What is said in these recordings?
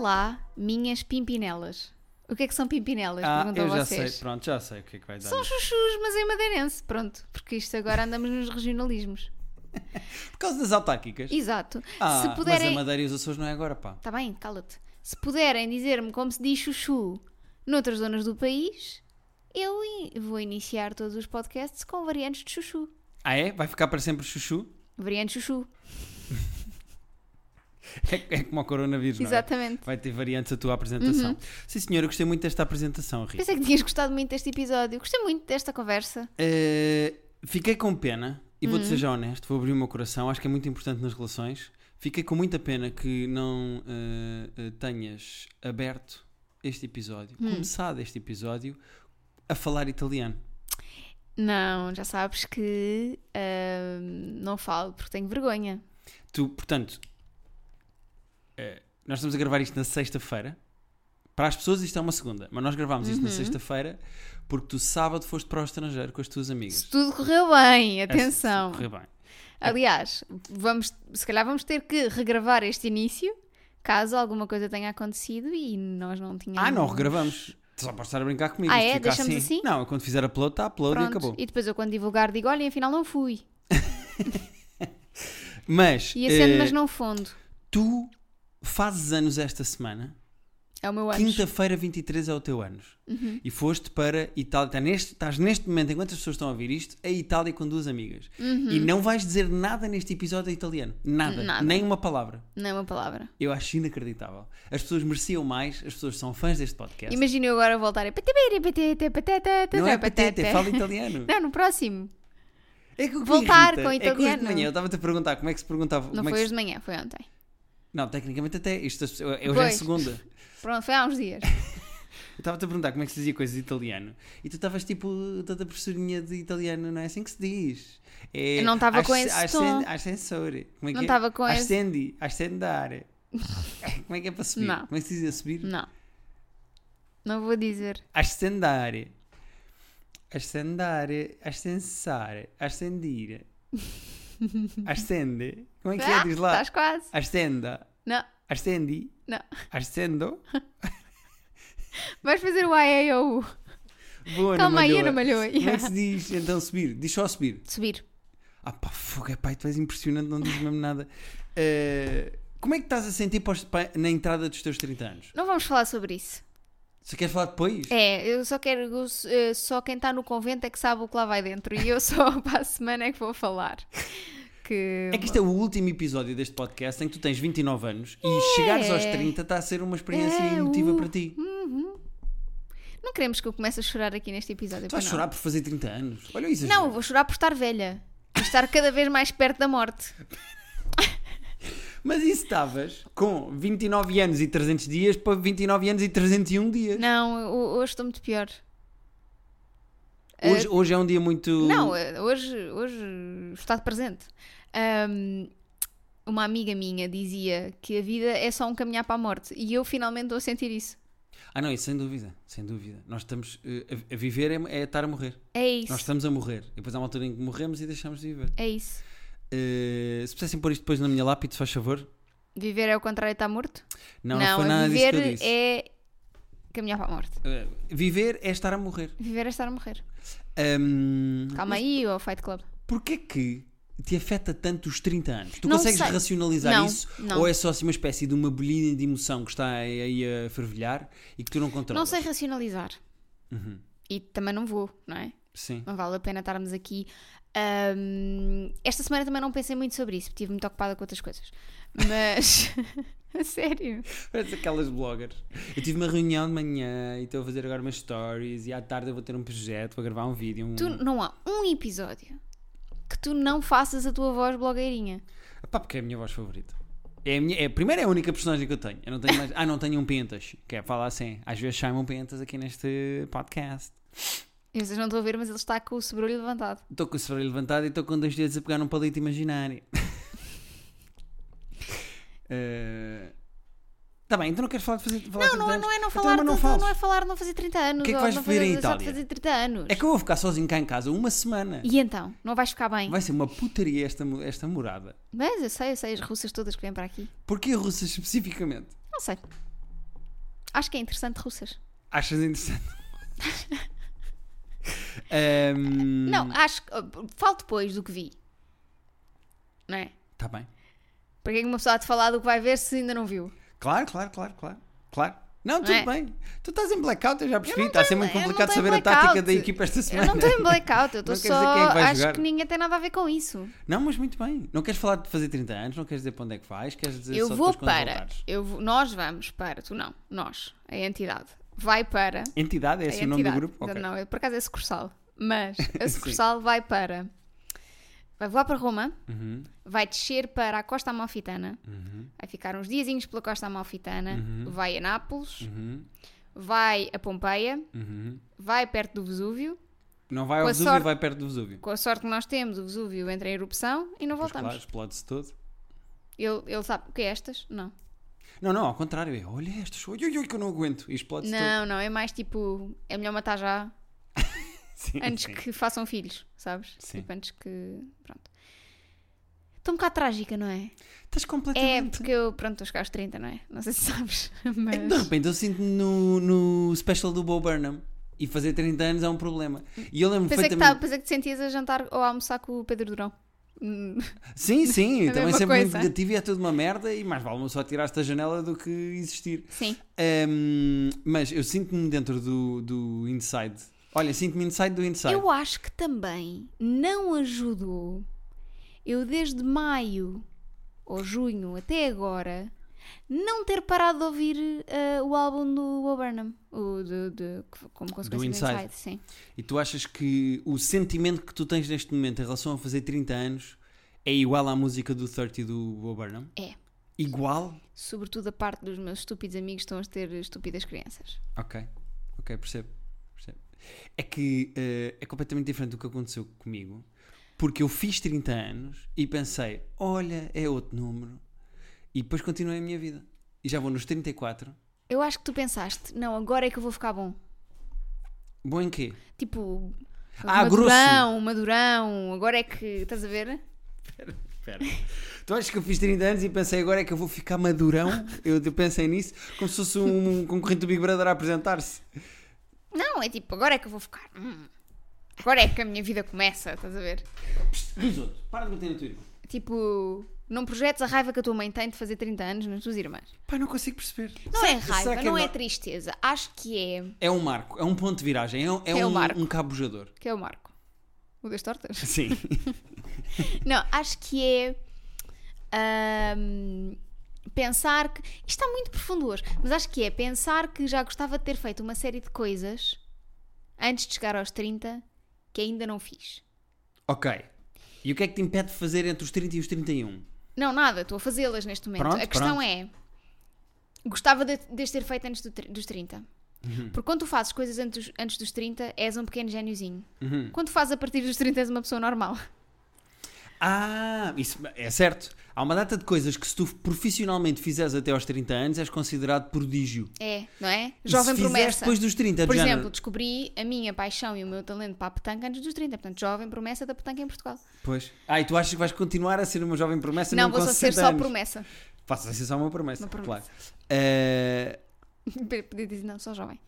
Olá, minhas pimpinelas. O que é que são pimpinelas? Perguntam eu já vocês. sei, pronto, já sei o que é que vai dar. São chuchus, mas em madeirense, pronto. Porque isto agora andamos nos regionalismos. Por causa das autárquicas. Exato. Ah, Se puderem... mas a Madeira e os Açores não é agora, pá. Tá bem, cala-te. Se puderem dizer-me como se diz chuchu noutras zonas do país, eu vou iniciar todos os podcasts com variantes de chuchu. Ah, é? Vai ficar para sempre chuchu? Variante chuchu. É como o coronavírus, não é? Exatamente. Vai ter variantes a tua apresentação. Sim, senhor, eu gostei muito desta apresentação, Rita. Pensei que tinhas gostado muito deste episódio. Gostei muito desta conversa. Fiquei com pena, e vou-te ser já honesto, vou abrir o meu coração, acho que é muito importante nas relações. Fiquei com muita pena que não tenhas aberto este episódio, começado este episódio, a falar italiano. Não, já sabes que não falo porque tenho vergonha. Tu, portanto, nós estamos a gravar isto na sexta-feira. Para as pessoas isto é uma segunda, mas nós gravámos isto na sexta-feira porque tu sábado foste para o estrangeiro com as tuas amigas. Se tudo correu bem, atenção. Se correu bem. Aliás, se calhar vamos ter que regravar este início, caso alguma coisa tenha acontecido e nós não tínhamos... Não regravamos. Só podes estar a brincar comigo. Ah, isto é? fica Deixamos assim? Não, quando fizer upload, está upload. Pronto. E acabou. E depois eu quando divulgar digo, olha, afinal não fui. Mas, Ia sendo, mas não fundo. tu fazes anos esta semana. É o meu ano. Quinta-feira 23 é o teu anos. E foste para Itália. Estás neste momento, enquanto as pessoas estão a ouvir isto, a Itália com duas amigas. E não vais dizer nada neste episódio italiano. Nada. Nem uma palavra. Nem uma palavra. Eu acho inacreditável. As pessoas mereciam mais. As pessoas são fãs deste podcast. Imagina eu agora voltar a... Não é patete, fala italiano. Não, no próximo. É que o que Voltar me irrita com é que hoje de italiano. manhã eu estava-te a perguntar como é que se perguntava. Não como é foi que hoje de manhã, foi ontem. Não, tecnicamente até. Hoje é Pois. segunda. Pronto, foi há uns dias. Eu estava-te a perguntar como é que se dizia coisas de italiano e tu estavas tipo toda professorinha de italiano, não é assim que se diz? Eu não estava com esse tom. Ascensore. Como é que Não é? estava com esse... Ascendi, ascendare. Como é que é para subir? Não. Como é que se dizia subir? Não. Não vou dizer. Ascendare. Ascendare. Ascensare. Ascendire. Ascende. Como é que é? Diz lá. Estás quase. Ascenda. Não. Ascendi. Não. Ascendo. Vais fazer o AEOU. Boa, Calma aí, Malhoa. Ana Malhoa. Como é que se diz então subir? Diz só subir. Subir. Ah pá, fogo, pai, tu és impressionante, não dizes mesmo nada. Como é que estás a sentir na entrada dos teus 30 anos? Não vamos falar sobre isso. Você quer falar depois? Eu só quero... Só quem está no convento é que sabe o que lá vai dentro. E eu só para a semana é que vou falar. É que isto é o último episódio deste podcast em que tu tens 29 anos e chegares aos 30 está a ser uma experiência emotiva para ti. Não queremos que eu comece a chorar aqui neste episódio. Tu vais chorar por fazer 30 anos? Olha isso. Não, eu vou chorar por estar velha. Por estar cada vez mais perto da morte. Mas isso estavas com 29 anos e 300 dias para 29 anos e 301 dias. Não, hoje estou muito pior. Hoje é um dia muito... Não, hoje está presente. Uma amiga minha dizia que a vida é só um caminhar para a morte. E eu finalmente estou a sentir isso. Não, isso sem dúvida, sem dúvida. Nós estamos a viver é estar a morrer. É isso. Nós estamos a morrer. E depois há uma altura em que morremos e deixamos de viver. É isso. Se pudessem pôr isto depois na minha lápide, se faz favor. Viver é o contrário de estar morto? Não foi nada disso que eu viver disse. é caminhar para a morte. Viver é estar a morrer. Viver é estar a morrer. Calma Mas aí, ou Fight Club. porquê que te afeta tanto os 30 anos? Tu Não consegues sei. racionalizar Não, isso? não. Ou é só assim uma espécie de uma bolhinha de emoção que está aí a fervilhar e que tu não controlas? Não sei racionalizar. E também não vou, não é? Sim. Não vale a pena estarmos aqui. Esta semana também não pensei muito sobre isso, porque estive muito ocupada com outras coisas. Mas, a sério. Parece aquelas bloggers. Eu tive uma reunião de manhã e estou a fazer agora umas stories e à tarde eu vou ter um projeto, vou gravar um vídeo. Não há um episódio que tu não faças a tua voz blogueirinha. Pá, porque é a minha voz favorita. Primeiro é a única personagem que eu tenho. Eu não tenho mais. Não tenho um Pentas. Que é falar assim. Às vezes chamam Pentas aqui neste podcast. E vocês não estão a ver, mas ele está com o sobrolho levantado. Estou com o sobrolho levantado e estou com 2 dedos a pegar num palito imaginário. Tá bem, então não queres falar de fazer 30 anos? Não é não Então, falar, mas não é falar de não fazer 30 anos. O que é que ou vais não viver em fazer, só de Itália? fazer 30 anos. É que eu vou ficar sozinho cá em casa uma semana. E então? Não vais ficar bem? Vai ser uma putaria esta morada. Mas eu sei, as russas todas que vêm para aqui. Porquê russas especificamente? Não sei. Acho que é interessante russas. Achas interessante? Não, acho que... Falo depois do que vi. Não é? Está bem. Para que é que uma pessoa há de falar do que vai ver se ainda não viu? Claro. Não, tudo é? bem. Tu estás em blackout, eu já percebi. Eu não Está a ser tô em- muito eu não complicado tô em saber a blackout. tática da equipa esta Eu semana. não estou em blackout, eu estou Não quer só... dizer quem é que vai Acho jogar. que ninguém tem nada a ver com isso. Não, mas muito bem. Não queres falar de fazer 30 anos? Não queres dizer para onde é que vais? Queres dizer Eu só vou depois quando para... voltares? Nós vamos para... Tu não. Nós. A entidade. Vai para... Entidade? É esse a o nome do entidade. grupo? Ok. Não, por acaso é sucursal. Mas a Sim. sucursal vai para... Vai voar para Roma. Uhum, Vai descer para a Costa Amalfitana. uhum, Vai ficar uns diazinhos pela Costa Amalfitana. Uhum. Vai a Nápoles. uhum, Vai a Pompeia. uhum. Vai perto do Vesúvio. Não vai ao Com a Vesúvio, sorte- vai perto do Vesúvio. Com a sorte que nós temos, o Vesúvio entra em erupção e não Pois voltamos. claro, explode-se todo. Ele sabe o que é estas? Não. Não, ao contrário. É, olha estas, oi, que eu não aguento. E explode-se todo. Não, é mais tipo, é melhor matar já Sim, antes sim. que façam filhos, sabes? Sim. Tipo, antes que, pronto. Estou um bocado trágica, não é? Estás É, completamente... porque eu, pronto, estou a chegar aos 30, não é? Não sei se sabes, mas... É que de repente eu sinto-me no special do Bo Burnham e fazer 30 anos é um problema. E eu lembro perfeitamente... Pensei que te sentias a jantar ou a almoçar com o Pedro Durão. Sim, A também mesma sempre muito coisa. negativo e é tudo uma merda e mais vale-me só tirar-te da janela do que existir. Sim. Mas eu sinto-me dentro do inside. Olha, sinto-me inside do inside. Eu acho que também não ajudou eu desde maio ou junho até agora não ter parado de ouvir o álbum do Bo Burnham, como consequência do Inside. sim. E tu achas que o sentimento que tu tens neste momento em relação a fazer 30 anos é igual à música do 30 do Bo Burnham? É. Igual? Sobretudo a parte dos meus estúpidos amigos estão a ter estúpidas crianças. Ok, percebo. É que é completamente diferente do que aconteceu comigo, porque eu fiz 30 anos e pensei, olha, é outro número, e depois continuei a minha vida. E já vou nos 34. Eu acho que tu pensaste, não, agora é que eu vou ficar bom. Bom em quê? Tipo, grosso. madurão, agora é que, estás a ver? Espera. Tu achas que eu fiz 30 anos e pensei, agora é que eu vou ficar madurão? Eu pensei nisso como se fosse um concorrente do Big Brother a apresentar-se. Não, é tipo, agora é que eu vou ficar. Agora é que a minha vida começa, estás a ver? Diz outro, para de bater na tua irmã. Tipo, não projetes a raiva que a tua mãe tem de fazer 30 anos nas tuas irmãs. Pai, não consigo perceber. Não é raiva, Será que não é tristeza. Acho que é. É um marco, é um ponto de viragem, É o marco. um cabojador. Que é o Marco. O das tortas? Sim. Não, acho que é. Pensar que. Isto está muito profundo hoje, mas acho que é pensar que já gostava de ter feito uma série de coisas antes de chegar aos 30 que ainda não fiz. Ok. E o que é que te impede de fazer entre os 30 e os 31? Não, nada, estou a fazê-las neste momento. Pronto, A questão pronto. é. Gostava de as ter feito antes dos 30. Porque quando tu fazes coisas antes dos 30, és um pequeno géniozinho. Quando fazes a partir dos 30, és uma pessoa normal. Ah, isso é certo. Há uma data de coisas que se tu profissionalmente fizeres até aos 30 anos és considerado prodígio. É, não é? E Jovem se fizeres promessa. depois dos 30, Por de género- exemplo, descobri a minha paixão e o meu talento para a petanca antes dos 30. Portanto, jovem promessa da petanca em Portugal. Pois. E tu achas que vais continuar a ser uma jovem promessa Não, mesmo vou com só ser 60 só anos? promessa. Passas a ser só uma promessa, Uma promessa. claro. Podia dizer, não, só jovem.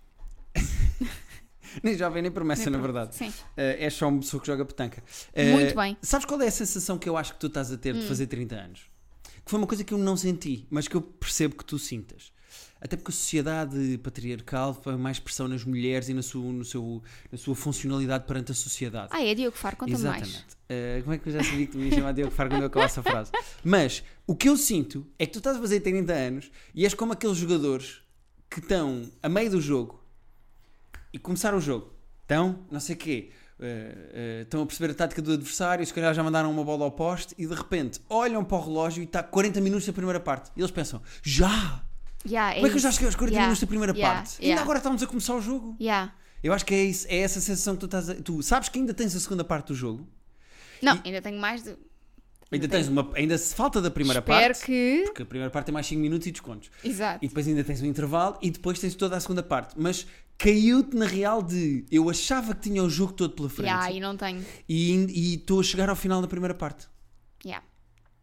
Nem jovem, nem promessa, Nem na promessa. verdade. Sim. É só uma pessoa que joga petanca. Muito bem. Sabes qual é a sensação que eu acho que tu estás a ter de fazer 30 anos? Que foi uma coisa que eu não senti, mas que eu percebo que tu sintas. Até porque a sociedade patriarcal põe mais pressão nas mulheres e na sua funcionalidade perante a sociedade. É Diogo Faro, conta-me Exatamente. mais. Como é que eu já sabia que tu me ia chamar Diogo Faro quando eu acabasse a frase? Mas o que eu sinto é que tu estás a fazer 30 anos e és como aqueles jogadores que estão a meio do jogo e começaram o jogo. Então, não sei o quê. Estão a perceber a tática do adversário, se calhar já mandaram uma bola ao poste e de repente olham para o relógio e está 40 minutos da primeira parte. E eles pensam, já! Como é que eu já cheguei aos 40 minutos da primeira parte? E ainda agora estamos a começar o jogo. Eu acho que é isso, é essa sensação que tu estás a... Tu sabes que ainda tens a segunda parte do jogo. Não, ainda tenho mais de... Ainda se falta da primeira Espero parte. que... Porque a primeira parte tem mais 5 minutos e descontos. Exato. E depois ainda tens um intervalo e depois tens toda a segunda parte. Mas caiu-te na real de... Eu achava que tinha o jogo todo pela frente. E não tenho. E estou a chegar ao final da primeira parte.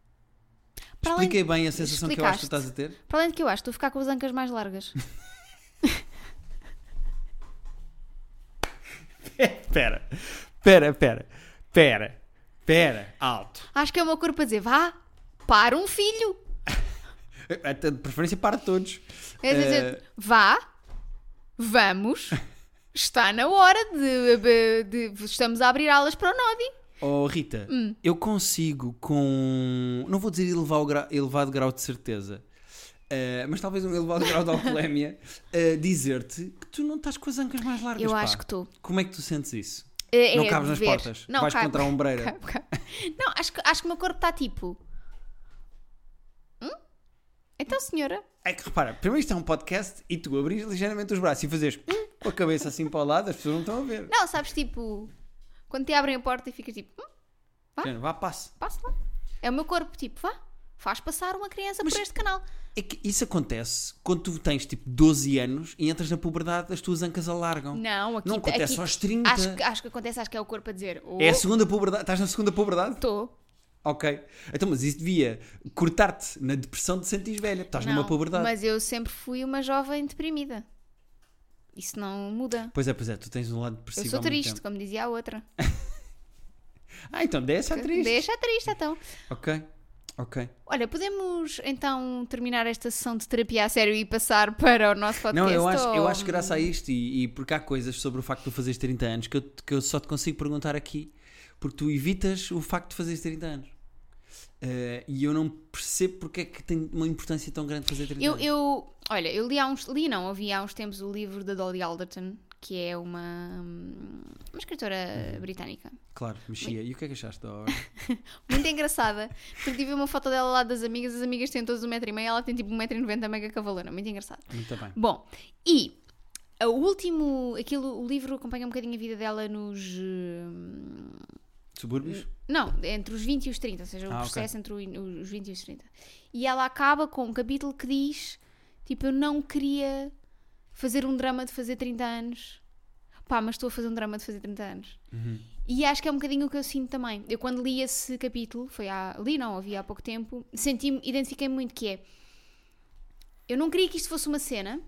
Para além- Expliquei bem a sensação que eu acho que tu estás a ter? Para além de que eu acho, estou a ficar com as ancas mais largas. Espera, alto. Acho que é o meu corpo a dizer, vá, para um filho. Até de preferência para todos. É dizer, vá, vamos, está na hora estamos a abrir aulas para o Nodi. Oh Rita, eu consigo com, não vou dizer elevado grau de certeza, mas talvez um elevado grau de alcoolemia, dizer-te que tu não estás com as ancas mais largas. Eu pá. acho que estou. Como é que tu sentes isso? Não cabes nas portas? Não, vais cabe. contra a ombreira? Cabe. Não, acho que o meu corpo está tipo... Então, senhora... É que repara, primeiro isto é um podcast e tu abris ligeiramente os braços e fazes com a cabeça assim para o lado, as pessoas não estão a ver. Não, sabes, tipo... Quando te abrem a porta e ficas tipo... Vá, passe. Passa lá. É o meu corpo, tipo, vá. Faz passar uma criança por este canal. É que isso acontece quando tu tens tipo 12 anos e entras na puberdade, as tuas ancas alargam. Não, aqui... Não acontece aos 30. Acho que acontece, acho que é o corpo a dizer... Oh, É a segunda puberdade. Estás na segunda puberdade? estou. Ok. Então, mas isso devia cortar-te na depressão de sentires velha. Estás numa puberdade. Mas eu sempre fui uma jovem deprimida. Isso não muda. Pois é, tu tens um lado depressivo. Eu sou há muito triste, tempo. como dizia a outra. Então deixa triste. Deixa triste, então. Ok. Olha, podemos então terminar esta sessão de terapia a sério e passar para o nosso podcast? Não, eu acho que graças a isto e porque há coisas sobre o facto de tu fazeres 30 anos que eu só te consigo perguntar aqui porque tu evitas o facto de fazeres 30 anos. E eu não percebo porque é que tem uma importância tão grande fazer 30 anos. Olha, eu ouvi há uns tempos o livro da Dolly Alderton, que é uma escritora britânica. Claro, mexia. E o que é que achaste da obra? Muito engraçada. Porque tive uma foto dela lá das amigas, as amigas têm todas 1,5m, ela tem tipo 1,90m, mega cavaleira. Muito engraçado. Muito bem. Bom, e o livro acompanha um bocadinho a vida dela nos... Subúrbios? Não, entre os 20 e os 30, ou seja, o processo entre os 20 e os 30. E ela acaba com um capítulo que diz, tipo, eu não queria fazer um drama de fazer 30 anos. Pá, mas estou a fazer um drama de fazer 30 anos. Uhum. E acho que é um bocadinho o que eu sinto também. Eu quando li esse capítulo, ouvi há pouco tempo, identifiquei-me muito que é, eu não queria que isto fosse uma cena,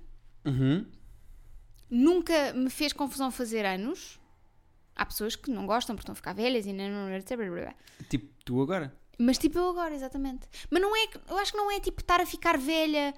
nunca me fez confusão fazer anos. Há pessoas que não gostam porque estão a ficar velhas e não, etc. Tipo, tu agora? Mas tipo eu agora, exatamente. Mas não é, eu acho que não é tipo estar a ficar velha.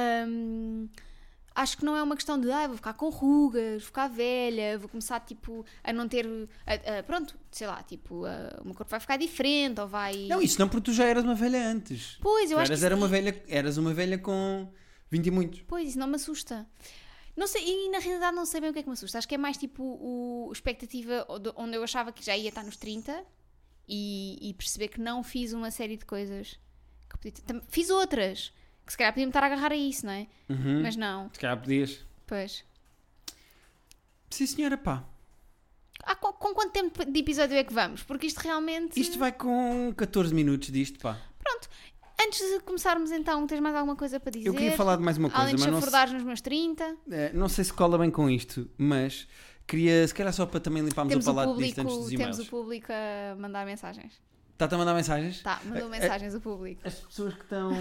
Acho que não é uma questão de vou ficar com rugas, vou ficar velha, vou começar tipo a não ter, pronto, sei lá, tipo, o meu corpo vai ficar diferente ou vai... Não, isso não, porque tu já eras uma velha antes. Pois, eu acho que... Eras uma velha com 20 e muitos. Pois, isso não me assusta. Não sei, e na realidade não sei bem o que é que me assusta. Acho que é mais tipo a expectativa onde eu achava que já ia estar nos 30 e perceber que não fiz uma série de coisas que podia ter. Fiz outras que se calhar podiam estar a agarrar a isso, não é? Mas não. Se calhar podias. Pois. Sim, senhora, pá. Com quanto tempo de episódio é que vamos? Porque isto realmente... Isto vai com 14 minutos disto, pá. Pronto. Antes de começarmos então, tens mais alguma coisa para dizer? Eu queria falar de mais uma coisa, além de mas chafordares nos meus 30. Não sei se cola bem com isto, mas queria, se calhar só para também limparmos o palato disto antes dos e-mails. Temos o público a mandar mensagens. Está-te a mandar mensagens? Está, mandou mensagens o público. As pessoas que estão...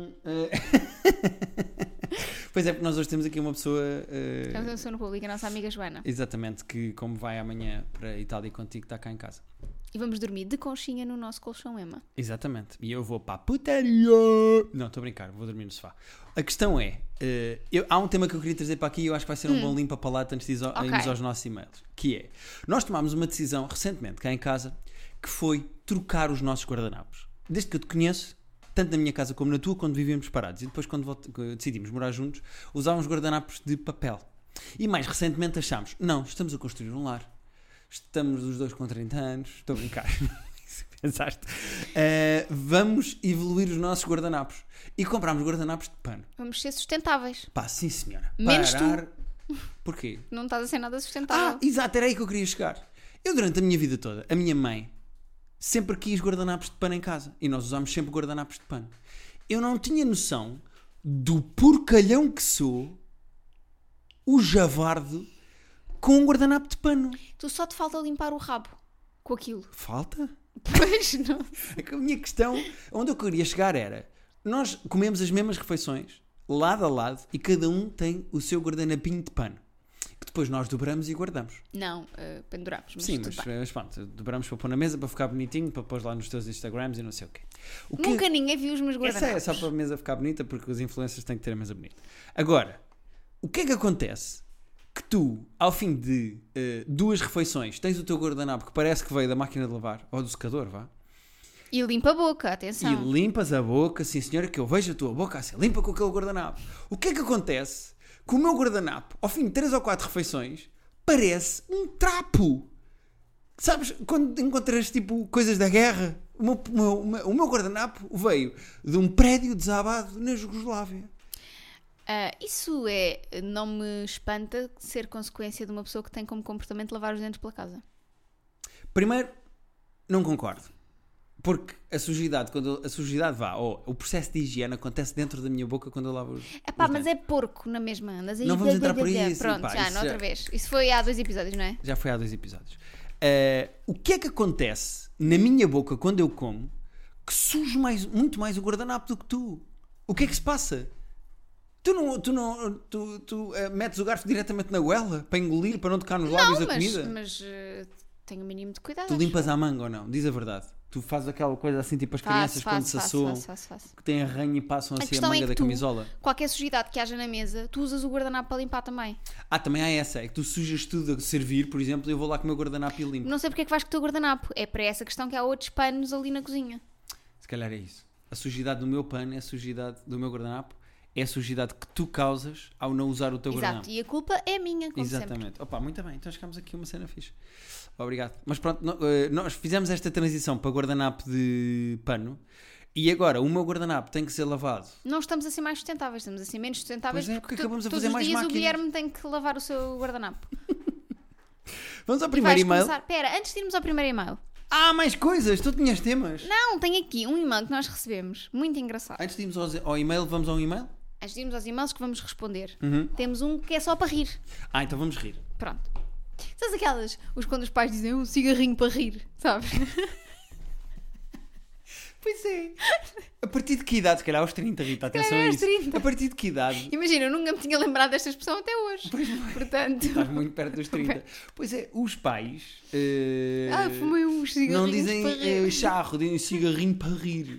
Pois é, porque nós hoje temos aqui uma pessoa... Temos uma pessoa no público, a nossa amiga Joana. Exatamente, que como vai amanhã para a Itália contigo, está cá em casa. E vamos dormir de conchinha no nosso colchão Ema. Exatamente. E eu vou para a putaria. Não, estou a brincar, vou dormir no sofá. A questão é, há um tema que eu queria trazer para aqui e eu acho que vai ser um bom limpa-palato antes de irmos aos nossos e-mails. Que é, nós tomámos uma decisão recentemente cá em casa que foi trocar os nossos guardanapos. Desde que eu te conheço, tanto na minha casa como na tua, quando vivíamos separados. E depois quando decidimos morar juntos, usávamos guardanapos de papel. E mais recentemente achámos, não, estamos a construir um lar. Estamos os dois com 30 anos. Estou a brincar. Pensaste? Vamos evoluir os nossos guardanapos. E comprámos guardanapos de pano. Vamos ser sustentáveis. Pá, sim senhora. Menos parar... tu. Porquê? Não estás a ser nada sustentável. Exato, era aí que eu queria chegar. Eu durante a minha vida toda, a minha mãe sempre quis guardanapos de pano em casa. E nós usámos sempre guardanapos de pano. Eu não tinha noção do porcalhão que sou, o javardo, com um guardanapo de pano. Tu só te falta limpar o rabo com aquilo. Falta? Pois não. A minha questão, onde eu queria chegar era, nós comemos as mesmas refeições, lado a lado, e cada um tem o seu guardanapinho de pano. que depois nós dobramos e guardamos. Não, penduramos. Mas Sim, tudo bem. mas pronto, dobramos para pôr na mesa, para ficar bonitinho, para pôr lá nos teus Instagrams e não sei o quê. Nunca ninguém viu os meus guardanapos. Essa é só para a mesa ficar bonita, porque os influencers têm que ter a mesa bonita. Agora, o que é que acontece? Que tu, ao fim de 2 refeições, tens o teu guardanapo que parece que veio da máquina de lavar, ou do secador, vá. E limpa a boca, atenção. E limpas a boca, sim senhora, que eu vejo a tua boca assim, limpa com aquele guardanapo. O que é que acontece? Que o meu guardanapo, ao fim de 3 ou 4 refeições, parece um trapo. Sabes, quando encontras tipo coisas da guerra, o meu guardanapo veio de um prédio desabado na Jugoslávia. Isso não me espanta ser consequência de uma pessoa que tem como comportamento lavar os dentes pela casa. Primeiro, não concordo. Porque a sujidade o processo de higiene acontece dentro da minha boca quando eu lavo os Mas dentes. é porco na mesma. Andas aí. Não vamos entrar por isso. Pronto, Pá, já, isso outra vez. Isso foi há 2 episódios, não é? Já foi há 2 episódios. O que é que acontece na minha boca quando eu como que sujo muito mais o guardanapo do que tu? O que é que se passa? Tu metes o garfo diretamente na goela para engolir, para não tocar nos lábios da comida? Mas tenho o mínimo de cuidado. Tu limpas à manga ou não? Diz a verdade. Tu fazes aquela coisa assim, tipo as crianças quando se assoam, Faço. que têm arranho e passam assim a questão manga é que da tu, camisola. qualquer sujidade que haja na mesa, tu usas o guardanapo para limpar também. Também há essa. É que tu sujas tudo a servir, por exemplo, e eu vou lá com o meu guardanapo e limpo. Não sei porque é que vais com o teu guardanapo. É para essa questão que há outros panos ali na cozinha. Se calhar é isso. A sujidade do meu pano é a sujidade do meu guardanapo. É a sujidade que tu causas ao não usar o teu guardanapo. Exato, e a culpa é minha, como sempre. Exatamente. Opa, muito bem, então chegamos aqui a uma cena fixe. Obrigado. Mas pronto, nós fizemos esta transição para guardanapo de pano e agora o meu guardanapo tem que ser lavado. Não estamos a ser mais sustentáveis, estamos a ser menos sustentáveis. Pois é, porque acabamos a todos fazer os mais dias máquinas. o Guilherme tem que lavar o seu guardanapo. Vamos ao E primeiro vais e-mail. começar... Espera, antes de irmos ao primeiro e-mail. Mais coisas! Tu tinhas temas. Não, tem aqui um e-mail que nós recebemos, muito engraçado. Antes de irmos ao e-mail, vamos ao e-mail? Antes de irmos aos e-mails que vamos responder, Uhum. temos um que é só para rir. Então vamos rir. Pronto. Sabes aquelas, quando os pais dizem um cigarrinho para rir, sabes? Pois é. A partir de que idade? Se calhar aos 30, Rita, atenção a aos isso. 30. A partir de que idade? Imagina, eu nunca me tinha lembrado desta expressão até hoje. Portanto... Estás muito perto dos 30. Pois é, os pais fumei uns cigarrinhos não dizem para rir. charro, dizem cigarrinho para rir.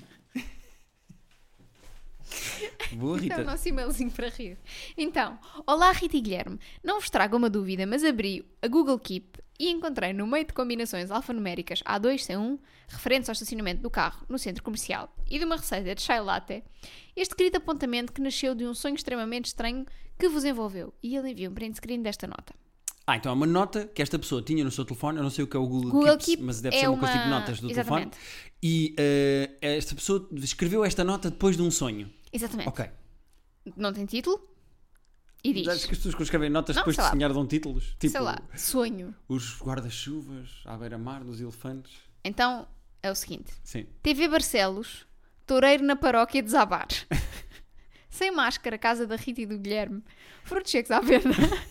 Boa, É Rita. o nosso e-mailzinho para rir. Então, olá Rita e Guilherme. Não vos trago uma dúvida, mas abri a Google Keep e encontrei no meio de combinações alfanuméricas A2 C1, referentes ao estacionamento do carro no centro comercial e de uma receita de chai latte, este querido apontamento que nasceu de um sonho extremamente estranho que vos envolveu. E ele enviou um print screen desta nota. Então é uma nota que esta pessoa tinha no seu telefone. Eu não sei o que é o Google Keep Keep, mas deve é ser uma coisa uma- tipo notas do Exatamente. telefone. E esta pessoa escreveu esta nota depois de um sonho. Exatamente. Ok. Não tem título? E diz, Acho que as pessoas que escrevem notas Não, depois de sei lá. sonhar dão títulos. Tipo, sei lá, sonho. os guarda-chuvas à beira-mar dos elefantes. Então, é o seguinte. Sim. TV Barcelos, toureiro na paróquia de Zabar. Sem máscara, casa da Rita e do Guilherme. Frutos secos à venda.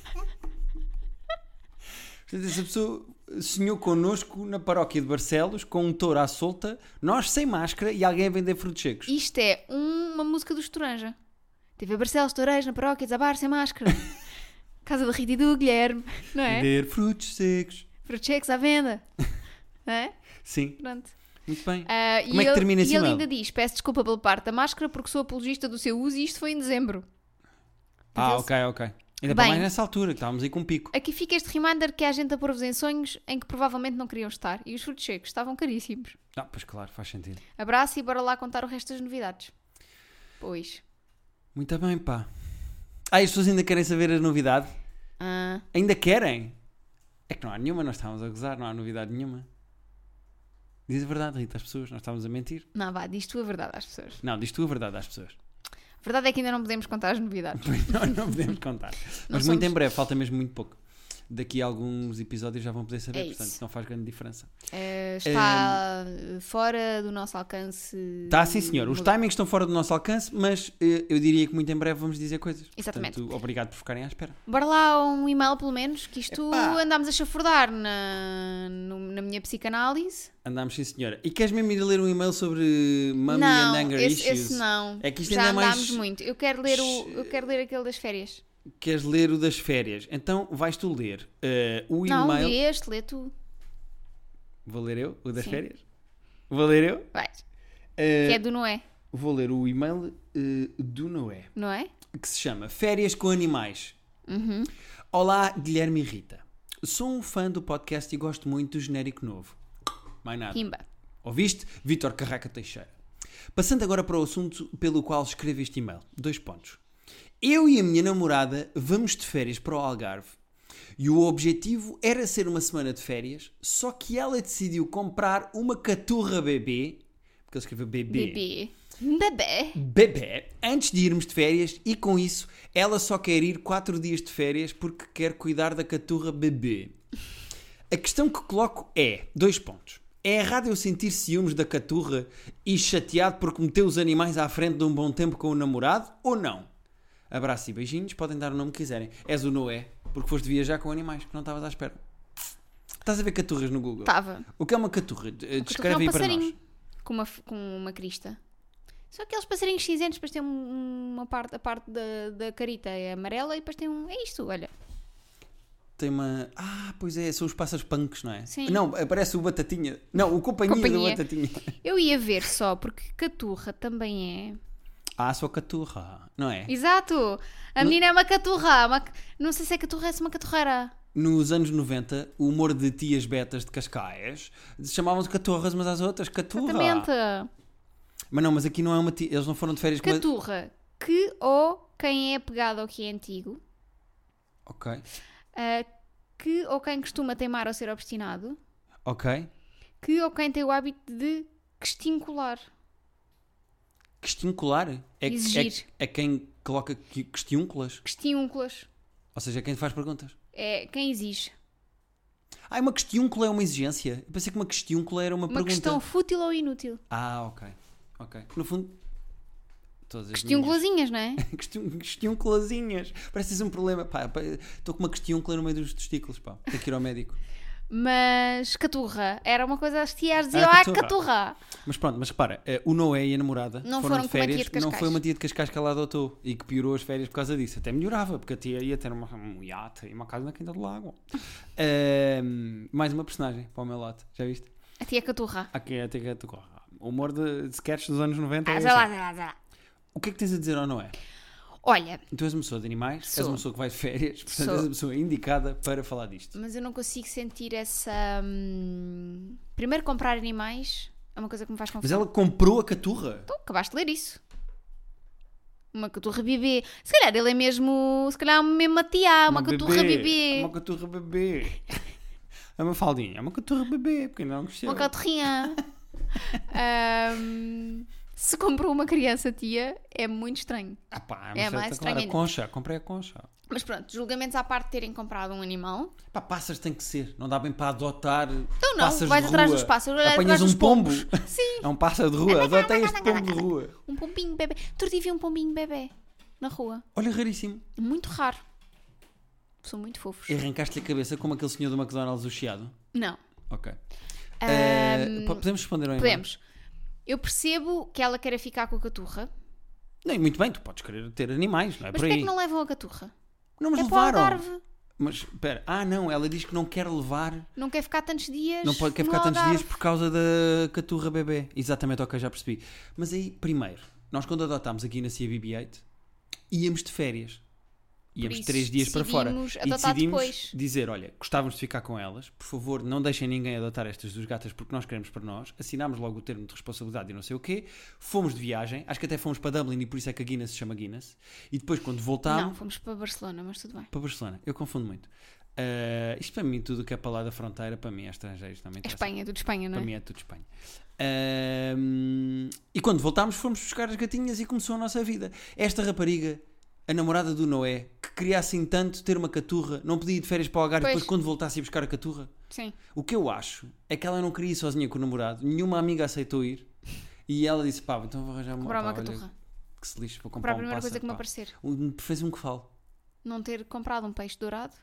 Portanto, essa pessoa sonhou connosco na paróquia de Barcelos com um touro à solta, nós sem máscara e alguém a vender frutos secos. Isto é uma música do Estoranja. TV Barcelos, toureiros na paróquia de Zabar, sem máscara. Casa da Rita e do Guilherme. Não é? Vender frutos secos. Frutos secos à venda. Não é? Sim, Pronto. muito bem. Como é que termina esse E ele e-mail? ainda diz, peço desculpa pela parte da máscara porque sou apologista do seu uso e isto foi em dezembro. Portanto, Ok. Ainda Bem. para mais nessa altura, que estávamos aí com um pico. Aqui fica este reminder que há gente a pôr-vos em sonhos em que provavelmente não queriam estar. E os frutos secos estavam caríssimos. Pois claro, faz sentido. Abraço e bora lá contar o resto das novidades. Pois. Muito bem, pá. As pessoas ainda querem saber a novidade? Ainda querem? É que não há nenhuma, nós estávamos a gozar, não há novidade nenhuma. Diz a verdade, Rita, às pessoas, nós estávamos a mentir. Não, vá, diz tu a verdade às pessoas. Não, diz tu a verdade às pessoas. A verdade é que ainda não podemos contar as novidades. Nós não podemos contar. Não Mas muito somos- em breve, falta mesmo muito pouco. Daqui a alguns episódios já vão poder saber, É isso. portanto não faz grande diferença. Está fora do nosso alcance. Está sim, senhor. Os timings estão fora do nosso alcance, mas eu diria que muito em breve vamos dizer coisas. Exatamente. Portanto, obrigado por ficarem à espera. Bora lá um e-mail pelo menos, que isto Epá. andámos a chafurdar na minha psicanálise. Andámos, sim, senhora. E queres mesmo ir a ler um e-mail sobre Mummy and Não, Anger esse, Issues? esse não. É que isto Já ainda é mais- andámos muito. Eu quero ler aquele das férias. queres ler o das férias. Então vais tu ler o Não, e-mail. lê tu. Vou ler eu, o das Sim. férias? Vou ler eu? Vais. Eh, Que é do Noé, Vou ler o e-mail do Noé, não é? que se chama Férias com Animais. Uhum. Olá, Guilherme e Rita. Sou um fã do podcast e gosto muito do genérico novo. Mais nada. Pimba. Ouviste? Vítor Carraca Teixeira. Passando agora para o assunto pelo qual escrevo este e-mail. 2 pontos. Eu e a minha namorada vamos de férias para o Algarve. E o objetivo era ser uma semana de férias, só que ela decidiu comprar uma caturra bebê, porque ele escreveu bebê, bebê, antes de irmos de férias, e com isso ela só quer ir 4 dias de férias porque quer cuidar da caturra bebê. A questão que coloco é, 2 pontos. É errado eu sentir ciúmes da caturra e chateado porque meteu os animais à frente de um bom tempo com o namorado, ou não? Abraço e beijinhos, podem dar o nome que quiserem. És o Noé, porque foste viajar com animais, que não estavas à espera. Estás a ver caturras no Google? Estava. O que é uma caturra? Descreve Um aí para passarinho nós. com uma crista. São aqueles passarinhos cinzentos, depois tem uma parte, a parte da carita é amarela e depois tem um... É isto, olha. Tem uma... pois é, são os pássaros punks, não é? Sim. Não, aparece o Batatinha. Não, o Companhia do Companhia. Batatinha. Eu ia ver só, porque caturra também é... Só caturra, não é? Exato! A menina é uma caturra. Não sei se é caturra, se é uma caturreira. Nos anos 90, o humor de tias betas de Cascais chamavam-se caturras, mas às outras caturra. Exatamente. Mas não, mas aqui não é uma tia. Eles não foram de férias com uma... Caturra. Que ou quem é pegado ao que é antigo. Ok. Que ou quem costuma teimar ou ser obstinado. Ok. Que ou quem tem o hábito de questincular. Questincular? Exigir. É quem coloca questiúnculas? Questiúnculas. Ou seja, é quem te faz perguntas. É quem exige. Uma questiúncula é uma exigência? Eu pensei que uma questiúncula era uma Uma pergunta. questão fútil ou inútil. Ok. No fundo, todas as Questiúnculazinhas, não é? questiúnculazinhas. Parece que tens um problema. Estou com uma questiúncula no meio dos testículos, pá. Tenho que ir ao médico. Mas caturra. Era uma coisa as tias diziam, Caturra. caturra. Mas pronto, mas repara, o Noé e a namorada Não foram foram de com uma tia férias, de Cascais. não foi uma tia de Cascais que ela adotou e que piorou as férias por causa disso. Até melhorava, porque a tia ia ter um iate e uma casa na Quinta do Lago. Mais uma personagem para o meu lado, já viste? A tia caturra. Aqui é a tia que o humor de sketches dos anos 90 é Sei lá, assim. sei lá, sei lá. O que é que tens a dizer ao Noé? Olha, Tu és uma pessoa de animais, és Sou. uma pessoa que vai de férias, portanto Sou. és a pessoa indicada para falar disto. mas eu não consigo sentir essa... Primeiro, comprar animais é uma coisa que me faz Mas confusão. ela comprou a caturra? Então, acabaste de ler isso. Uma caturra bebê. Se calhar ele é mesmo... Se calhar é mesmo uma tia, uma caturra bebê. Uma caturra bebê. É uma faldinha, é uma caturra bebê, porque ainda não cresceu. Uma caturrinha. Se comprou uma criança tia, é muito estranho. É mais estranho a ainda. concha, comprei a concha. Mas pronto, julgamentos à parte de terem comprado um animal. Pássaros tem que ser, não dá bem para adotar. Então não, pássaros vais de atrás rua. dos pássaros, vai Apanhas atrás dos um pombo. pombos. Sim. É um pássaro de rua, adotei este pombo de rua. Um pombinho bebê. Outro dia vi um pombinho bebê na rua. Olha, raríssimo. Muito raro. São muito fofos. E arrancaste-lhe a cabeça como aquele senhor do McDonald's, o chiado. Não. Ok. Podemos responder ao e-mail? Podemos. Eu percebo que ela queira ficar com a caturra. Não, muito bem, tu podes querer ter animais, não é Mas por porquê é aí. que não levam a caturra? Não nos É para o levaram. Algarve. Mas, espera, não, ela diz que não quer levar, Não quer ficar tantos dias. não quer no ficar tantos Algarve. dias por causa da caturra bebê. Exatamente, ok, já percebi. Mas aí, primeiro, nós quando adotámos aqui na CBB8, íamos de férias. Íamos isso, 3 dias para fora. decidimos E adotar decidimos depois. dizer, olha, gostávamos de ficar com elas, por favor, não deixem ninguém adotar estas 2 gatas porque nós queremos para nós. Assinámos logo o termo de responsabilidade e não sei o quê. Fomos de viagem, acho que até fomos para Dublin e por isso é que a Guinness se chama Guinness. E depois quando voltámos... Não, fomos para Barcelona, mas tudo bem. Para Barcelona, eu confundo muito. Isto para mim, tudo o que é para lá da fronteira, para mim é estrangeiro também. É Espanha, tudo Espanha, não Para é? mim é tudo Espanha. E quando voltámos, fomos buscar as gatinhas e começou a nossa vida. Esta rapariga, a namorada do Noé, que queria assim tanto ter uma caturra, não podia ir de férias para o Algarve e Pois. depois quando voltasse ia buscar a caturra. Sim. O que eu acho é que ela não queria ir sozinha com o namorado, nenhuma amiga aceitou ir e ela disse: pá, então vou arranjar Comprar uma olha, caturra. que se lixe, vou Comprar comprar a primeira coisa pássaro, que me pá. aparecer. Fez um que fale. Não ter comprado um peixe dourado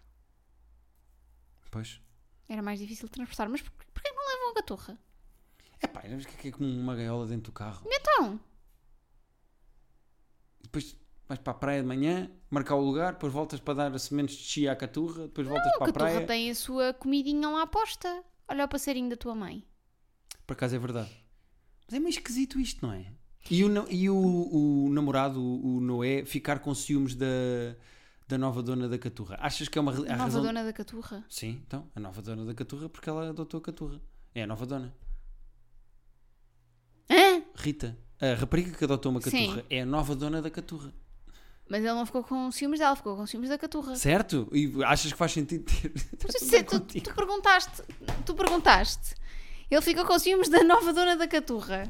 Pois. era mais difícil de transportar. Mas porquê que não levam a caturra? Pá, que é como uma gaiola dentro do carro. Então, Depois, vais para a praia de manhã, marcar o lugar, depois voltas para dar sementes de chia à caturra, depois voltas para a praia. A caturra tem a sua comidinha lá posta. Olha o passarinho da tua mãe. Por acaso é verdade. Mas é meio esquisito isto, não é? E o namorado, o Noé, ficar com ciúmes da nova dona da caturra. Achas que é uma A nova dona da caturra? Sim, então, a nova dona da caturra porque ela adotou a caturra. É a nova dona. Hã? Rita, a rapariga que adotou uma caturra Sim. é a nova dona da caturra. Mas ele não ficou com ciúmes dela, ficou com ciúmes da caturra. Certo? E achas que faz sentido ter... Tu perguntaste. Ele ficou com ciúmes da nova dona da caturra.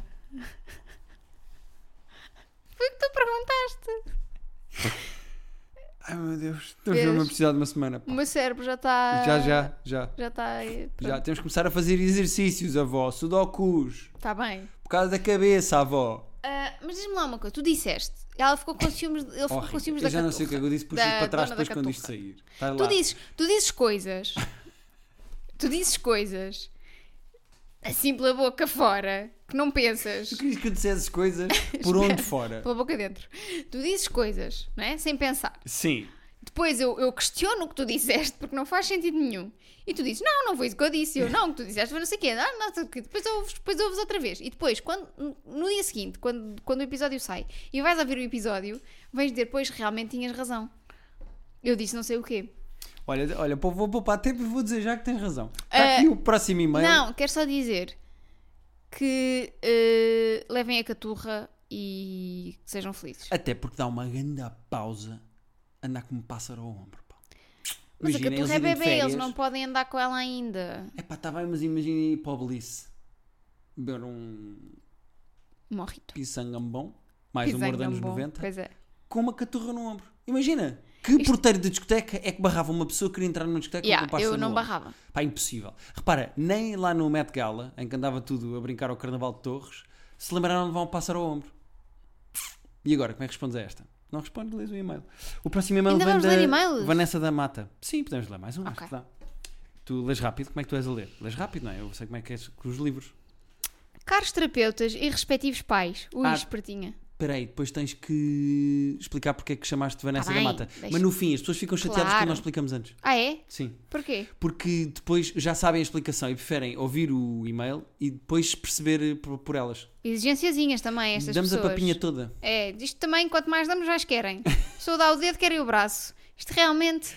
Foi o que tu perguntaste. Ai meu Deus, estamos mesmo a precisar de uma semana. O meu cérebro já está... Já. Já está... Já temos que começar a fazer exercícios, avó. Sudokus. Está bem. Por causa da cabeça, avó. Mas diz-me lá uma coisa. Tu disseste. Ela ficou com ciúmes... Ele ficou com ciúmes da eu já caturra. não sei o que é que eu disse, pus Da para trás dona da depois quando isto caturra. sair. Tá lá. Tu dizes coisas. Tu dizes coisas. Assim pela boca fora. Que não pensas. Tu querias que eu dissesse coisas por onde fora? Pela boca dentro. Tu dizes coisas, não é? Sem pensar. Sim. Depois eu questiono o que tu disseste porque não faz sentido nenhum. E tu dizes, não foi isso que eu disse. Eu, não, o que tu disseste foi não sei o quê. Não sei o quê. Depois ouves outra vez. E depois, no dia seguinte, quando o episódio sai e vais ouvir o episódio, vais dizer, pois, realmente tinhas razão. Eu disse não sei o quê. Olha, vou poupar tempo e vou dizer já que tens razão. Está aqui o próximo e-mail. Não, quero só dizer que levem a caturra e que sejam felizes. Até porque dá uma grande pausa andar como um pássaro ao ombro. Pá. Mas Imagina, a caturra é eles irem de bebê, eles férias. não podem andar com ela ainda. Epá, está bem, mas imagina ir para o Belize. Beber um Morrito. pisangambom, mais humor dos anos Pisangambom. 90, Pois é. com uma caturra no ombro. Imagina, que porteiro de discoteca é que barrava uma pessoa que queria entrar numa discoteca com um pássaro eu não no ombro? barrava. Pá, impossível. Repara, nem lá no Met Gala, em que andava tudo a brincar ao Carnaval de Torres, se lembraram de levar um pássaro ao ombro. E agora, como é que respondes a esta? Não responde, lês o e-mail. O próximo e-mail Ainda vem vamos da ler e-mails? Vanessa da Mata. Sim, podemos ler mais um, acho Ok. que dá. Tu lês rápido, como é que tu és a ler? Lês rápido, não é? Eu sei como é que és com os livros. Caros terapeutas e respectivos pais. Ui, Ah, espertinha. Espera aí, depois tens que explicar porque é que chamaste Vanessa Tá da bem, Mata. deixa- Mas no fim, as pessoas ficam chateadas Claro. quando nós explicamos antes. Ah, é? Sim. Porquê? Porque depois já sabem a explicação e preferem ouvir o e-mail e depois perceber por elas. Exigênciazinhas também, estas Damos pessoas. a papinha toda. É, isto também, quanto mais damos, mais querem. Sou dá o dedo, querem o braço. Isto realmente,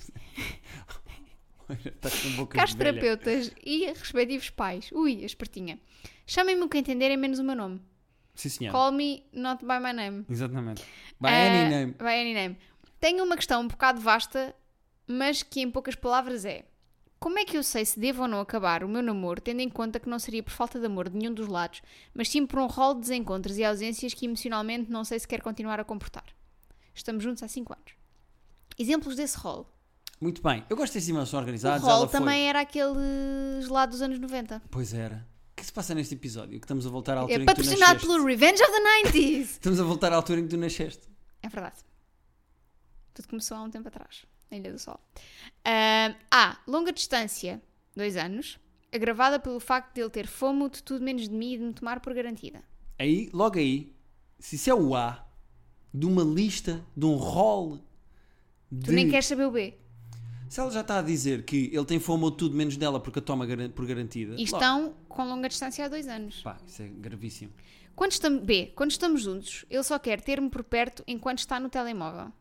Estás com boca caros de velha. terapeutas e respectivos pais. Ui, a espertinha. Chamem-me o que entenderem, menos o meu nome. Sim, senhor. Call me not by my name. Exatamente. By any name. By any name. Tenho uma questão um bocado vasta, mas que em poucas palavras é: como é que eu sei se devo ou não acabar o meu namoro, tendo em conta que não seria por falta de amor de nenhum dos lados, mas sim por um rol de desencontros e ausências que emocionalmente não sei se quero continuar a comportar? Estamos juntos há 5 anos. Exemplos desse rol. Muito bem. Eu gosto desses e-mails, são O organizados. rol Ela foi. também era aqueles lá dos anos 90. Pois era. O que se passa neste episódio? Que estamos a voltar à altura É em que tu patrocinado nasceste. pelo Revenge of the 90s. Estamos a voltar à altura em que tu nasceste. É verdade. Tudo começou há um tempo atrás, na Ilha do Sol. Longa distância, 2 anos, agravada pelo facto de ele ter fome de tudo menos de mim e de me tomar por garantida. Aí, logo aí, se isso é o A de uma lista, de um rol de... Tu nem queres saber o B. Se ela já está a dizer que ele tem fome ou tudo menos dela porque a toma por garantida... E estão com longa distância há 2 anos. Pá, isso é gravíssimo. Quando estamos juntos, ele só quer ter-me por perto enquanto está no telemóvel.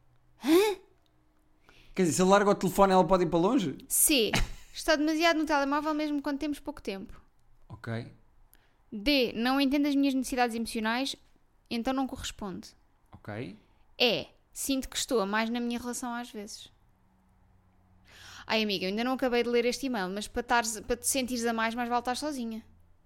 Quer dizer, se ele larga o telefone ela pode ir para longe? C. Está demasiado no telemóvel mesmo quando temos pouco tempo. Ok. D. Não entende as minhas necessidades emocionais, então não corresponde. Ok. E. Sinto que estou a mais na minha relação às vezes. Ai, amiga, eu ainda não acabei de ler este e-mail, mas para te sentires a mais vale estar sozinha.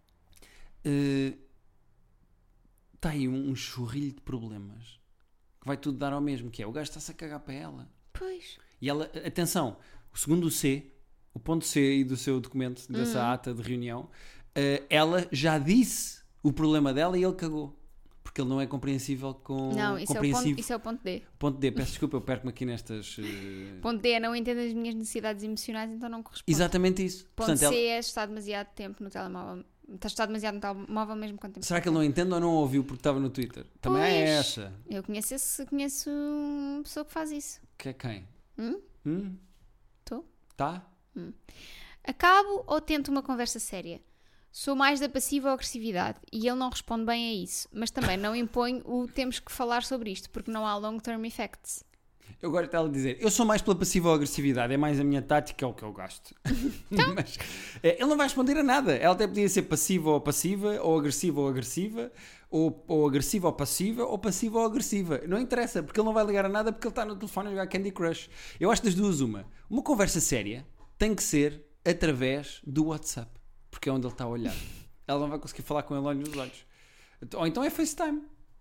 Está aí um churrilho de problemas que vai tudo dar ao mesmo, que é o gajo está-se a cagar para ela. Pois. E ela, atenção, segundo o C, o ponto C aí do seu documento, dessa ata de reunião, ela já disse o problema dela e ele cagou. Porque ele não é compreensível com... Não, isso é o ponto D. Ponto D, peço desculpa, eu perco-me aqui nestas... Ponto D é não entende as minhas necessidades emocionais, então não corresponde. Exatamente isso. Ponto Portanto, C é estar demasiado tempo no telemóvel Estás demasiado no telemóvel mesmo quanto tempo. Será que ele não entende ou não ouviu porque estava no Twitter? Também é Pois, essa. Eu conheço uma pessoa que faz isso. Que é quem? Tô? Tá? Acabo ou tento uma conversa séria? Sou mais da passiva ou agressividade e ele não responde bem a isso, mas também não imponho o temos que falar sobre isto, porque não há long-term effects. Eu agora estava a dizer, eu sou mais pela passiva ou agressividade, é mais a minha tática, é o que eu gosto. Então? Mas ele não vai responder a nada. Ela até podia ser passiva ou passiva, ou agressiva ou agressiva, ou agressiva ou passiva ou agressiva. Não interessa, porque ele não vai ligar a nada porque ele está no telefone a jogar Candy Crush. Eu acho das duas uma conversa séria tem que ser através do WhatsApp, porque é onde ele está a olhar. Ela não vai conseguir falar com ele olhos nos olhos. Ou então é FaceTime.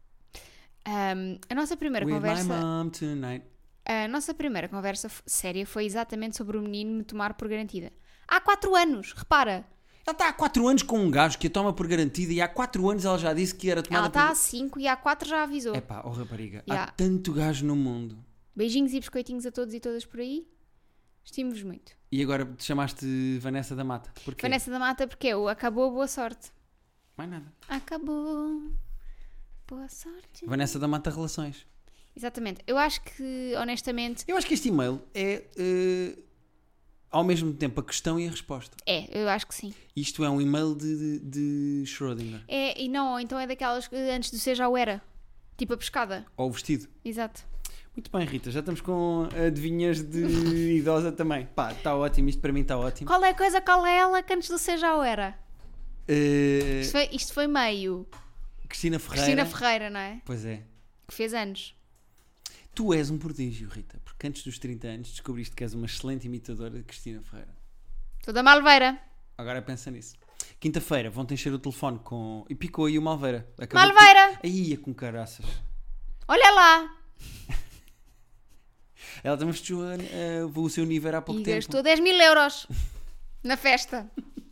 A nossa primeira With conversa... my mom tonight. A nossa primeira conversa séria foi exatamente sobre o menino me tomar por garantida. Há 4 anos, repara. Ela está há 4 anos com um gajo que a toma por garantida e há 4 anos ela já disse que era tomada Ela está há 5 e há 4 já avisou. Epá, oh rapariga, há Yeah. tanto gajo no mundo. Beijinhos e biscoitinhos a todos e todas por aí. Estimo-vos muito. E agora te chamaste Vanessa da Mata. Porquê? Vanessa da Mata porque eu acabou, boa sorte. Mais nada. Acabou, boa sorte. Vanessa da Mata Relações. Exatamente. Eu acho que, honestamente, Eu acho que este e-mail é ao mesmo tempo a questão e a resposta. eu acho que sim. Isto é um e-mail de Schrödinger. E não, ou então é daquelas que antes do ser já o era. Tipo a pescada. Ou o vestido. Exato. Muito bem, Rita, já estamos com adivinhas de idosa também. Pá, está ótimo, isto para mim está ótimo. Qual é ela que antes do ser já o era? Isto foi meio Cristina Ferreira. Cristina Ferreira, não é? Pois é. Que fez anos. Tu és um prodígio, Rita, porque antes dos 30 anos descobriste que és uma excelente imitadora de Cristina Ferreira. Toda Malveira. Agora pensa nisso. Quinta-feira vão-te encher o telefone com... E picou aí o Malveira. Malveira! Aí é com caraças. Olha lá! Ela também festejou o seu nível há pouco E tempo. gastou 10.000 euros na festa.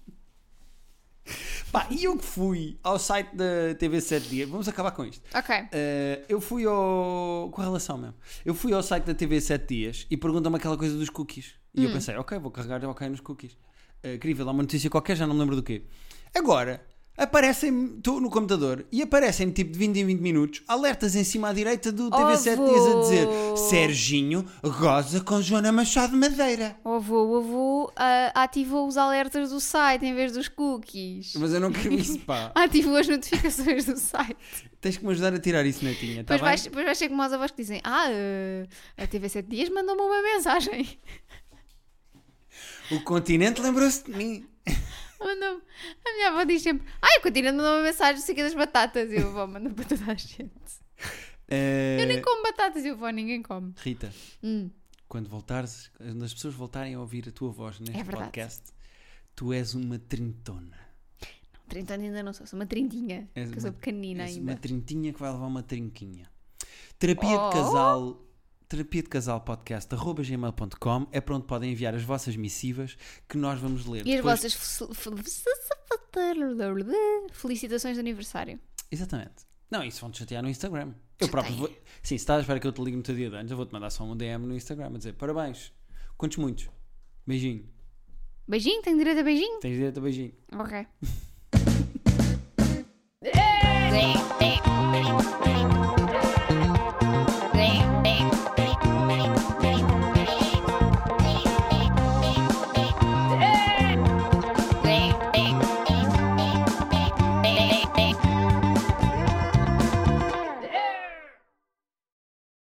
Pá, e eu que fui ao site da TV 7 Dias... Vamos acabar com isto. Ok. Eu fui ao... Com a relação mesmo. Eu fui ao site da TV 7 Dias e perguntam-me aquela coisa dos cookies. E eu pensei, ok, vou carregar ok nos cookies. Queria ver lá uma notícia qualquer, já não me lembro do quê. Agora, aparecem-me... Estou no computador e aparecem-me tipo de 20 em 20 minutos alertas em cima à direita do TV 7 Dias a dizer Serginho goza com Joana Machado Madeira. O avô ativou os alertas do site em vez dos cookies. Mas eu não quero isso, pá. Ativou as notificações do site. Tens que me ajudar a tirar isso, Netinha, tá Depois bem? vais ser como os avós que dizem a TV 7 Dias mandou-me uma mensagem. O continente lembrou-se de mim. Mandou-me. A minha avó diz sempre o Continente mandou uma mensagem não sei o que das batatas. E eu vou mandar para toda a gente. Eu nem como batatas e eu vou, ninguém come. Rita, quando voltares, quando as pessoas voltarem a ouvir a tua voz neste verdade. podcast, tu és uma trintona. Não, 30 ainda não sou uma trintinha. És Que eu sou uma- pequenina és ainda. uma trintinha que vai levar uma trinquinha. Terapia de casal podcast @gmail.com é para onde podem enviar as vossas missivas que nós vamos ler. E as Depois- vossas felicitações de aniversário. Exatamente. Não, isso vão-te chatear no Instagram. Eu próprio Chateia. vou... Sim, se estás à espera que eu te ligue no teu dia de anos, eu vou-te mandar só um DM no Instagram a dizer parabéns. Quantos muitos? Beijinho. Beijinho? Tenho direito a beijinho? Tens direito a beijinho. Ok.